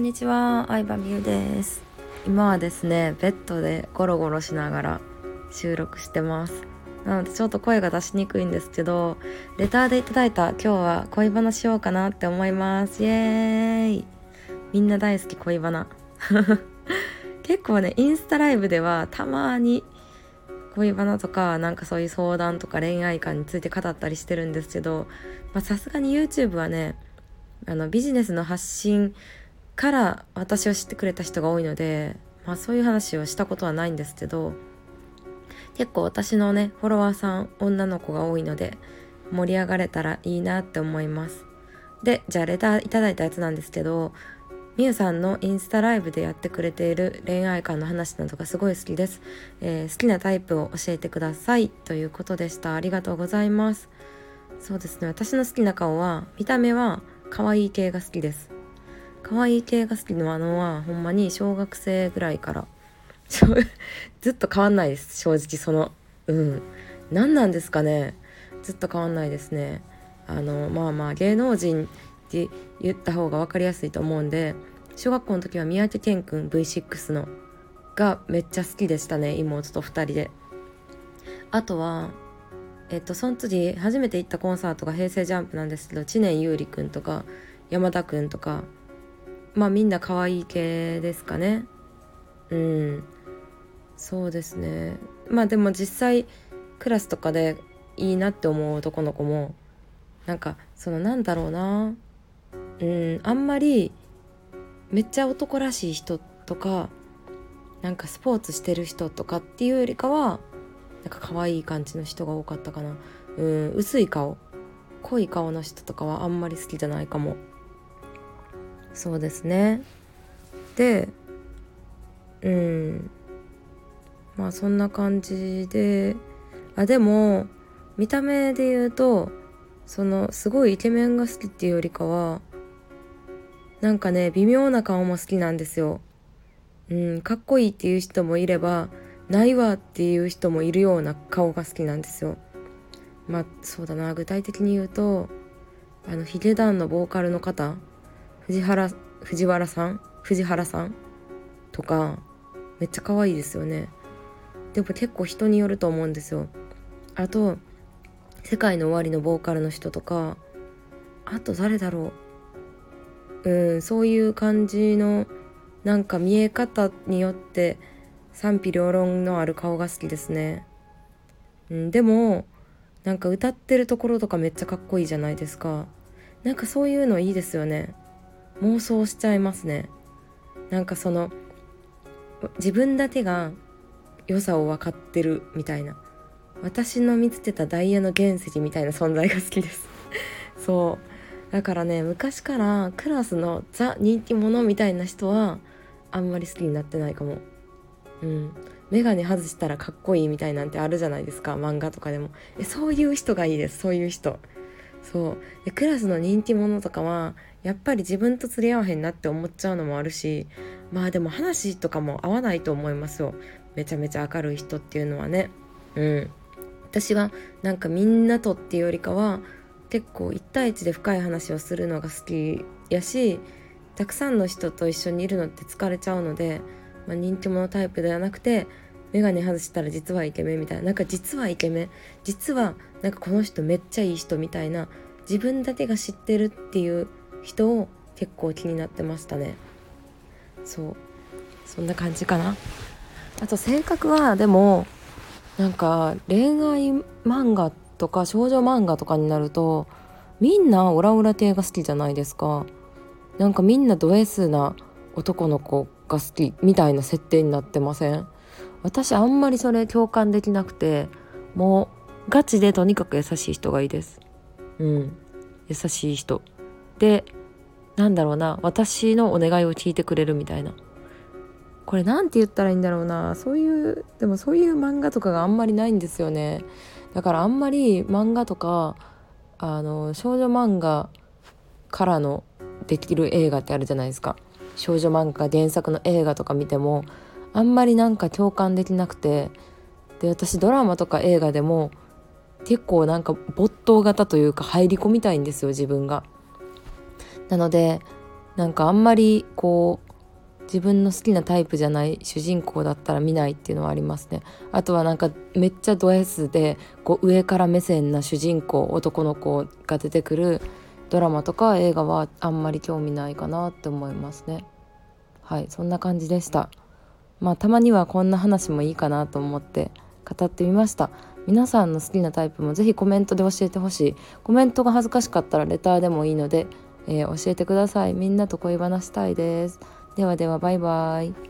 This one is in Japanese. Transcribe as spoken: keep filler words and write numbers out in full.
にちは、相葉美優です。今はですね、ベッドでゴロゴロしながら収録してます。なのでちょっと声が出しにくいんですけど、レターでいただいた今日は恋バナしようかなって思います。イエーイ。みんな大好き恋バナ結構ね、インスタライブではたまに恋バナとかなんかそういう相談とか恋愛観について語ったりしてるんですけど、さすがに YouTube はね、あのビジネスの発信から私を知ってくれた人が多いので、まあ、そういう話をしたことはないんですけど、結構私のねフォロワーさん女の子が多いので盛り上がれたらいいなって思います。で、じゃあレターいただいたやつなんですけど、みゆさんのインスタライブでやってくれている恋愛観の話などがすごい好きです、えー、好きなタイプを教えてくださいということでした。ありがとうございます。そうですね、私の好きな顔は見た目は可愛い系が好きです。可愛い系が好きなのはほんまに小学生ぐらいからずっと変わんないです。正直そのうん何なんですかね、ずっと変わんないですね。あのまあまあ芸能人って言った方が分かりやすいと思うんで、小学校の時は三宅健くん ブイシックス のがめっちゃ好きでしたね、妹とふたりで。あとはえっとその次初めて行ったコンサートが平成ジャンプなんですけど、知念優里くんとか山田くんとか、まあみんな可愛い系ですかね。うんそうですね。まあでも実際クラスとかでいいなって思う男の子もなんかそのなんだろうな、うんあんまりめっちゃ男らしい人とかなんかスポーツしてる人とかっていうよりかはなんか可愛い感じの人が多かったかな。うん薄い顔濃い顔の人とかはあんまり好きじゃないかも。そうですね。でうんまあそんな感じで、あでも見た目で言うとそのすごいイケメンが好きっていうよりかはなんかね微妙な顔も好きなんですよ。うんかっこいいっていう人もいればないわっていう人もいるような顔が好きなんですよ。まあそうだな、具体的に言うとあのヒゲダンのボーカルの方藤原藤原さん藤原さんとかめっちゃ可愛いですよね。でも結構人によると思うんですよ。あと世界の終わりのボーカルの人とか、あと誰だろう、うんそういう感じのなんか見え方によって賛否両論のある顔が好きですね。うん、でもなんか歌ってるところとかめっちゃかっこいいじゃないですか。なんかそういうのいいですよね。妄想しちゃいますね。なんかその自分だけが良さを分かってるみたいな、私の見つけたダイヤの原石みたいな存在が好きですそうだからね、昔からクラスのザ人気者みたいな人はあんまり好きになってないかも。うんメガネ外したらかっこいいみたいなんてあるじゃないですか、漫画とかでも。えそういう人がいいです。そういう人。そうでクラスの人気者とかはやっぱり自分と釣り合わへんなって思っちゃうのもあるし、まあでも話とかも合わないと思いますよ。めちゃめちゃ明るい人っていうのはね。うん私はなんかみんなとっていうよりかは結構一対一で深い話をするのが好きやし、たくさんの人と一緒にいるのって疲れちゃうので、まあ、人気者タイプではなくてメガネ外したら実はイケメンみたいな、なんか実はイケメン実はなんかこの人めっちゃいい人みたいな、自分だけが知ってるっていう人を結構気になってましたね。そうそんな感じかな。あと性格はでもなんか恋愛漫画とか少女漫画とかになるとみんなオラオラ系が好きじゃないですか。なんかみんなド S な男の子が好きみたいな設定になってません？私あんまりそれ共感できなくて、もうガチでとにかく優しい人がいいです。うん優しい人で、なんだろうな、私のお願いを聞いてくれるみたいな、これなんて言ったらいいんだろうな、そういうでもそういう漫画とかがあんまりないんですよね。だからあんまり漫画とかあの少女漫画からのできる映画ってあるじゃないですか。少女漫画原作の映画とか見てもあんまりなんか共感できなくて、で私ドラマとか映画でも結構なんか没頭型というか入り込みたいんですよ自分が。なのでなんかあんまりこう自分の好きなタイプじゃない主人公だったら見ないっていうのはありますね。あとはなんかめっちゃド S でこう上から目線な主人公男の子が出てくるドラマとか映画はあんまり興味ないかなって思いますね。はい、そんな感じでした。まあたまにはこんな話もいいかなと思って語ってみました。皆さんの好きなタイプもぜひコメントで教えてほしい。コメントが恥ずかしかったらレターでもいいので、えー教えてください。みんなと恋話したいです。ではでは、バイバイ。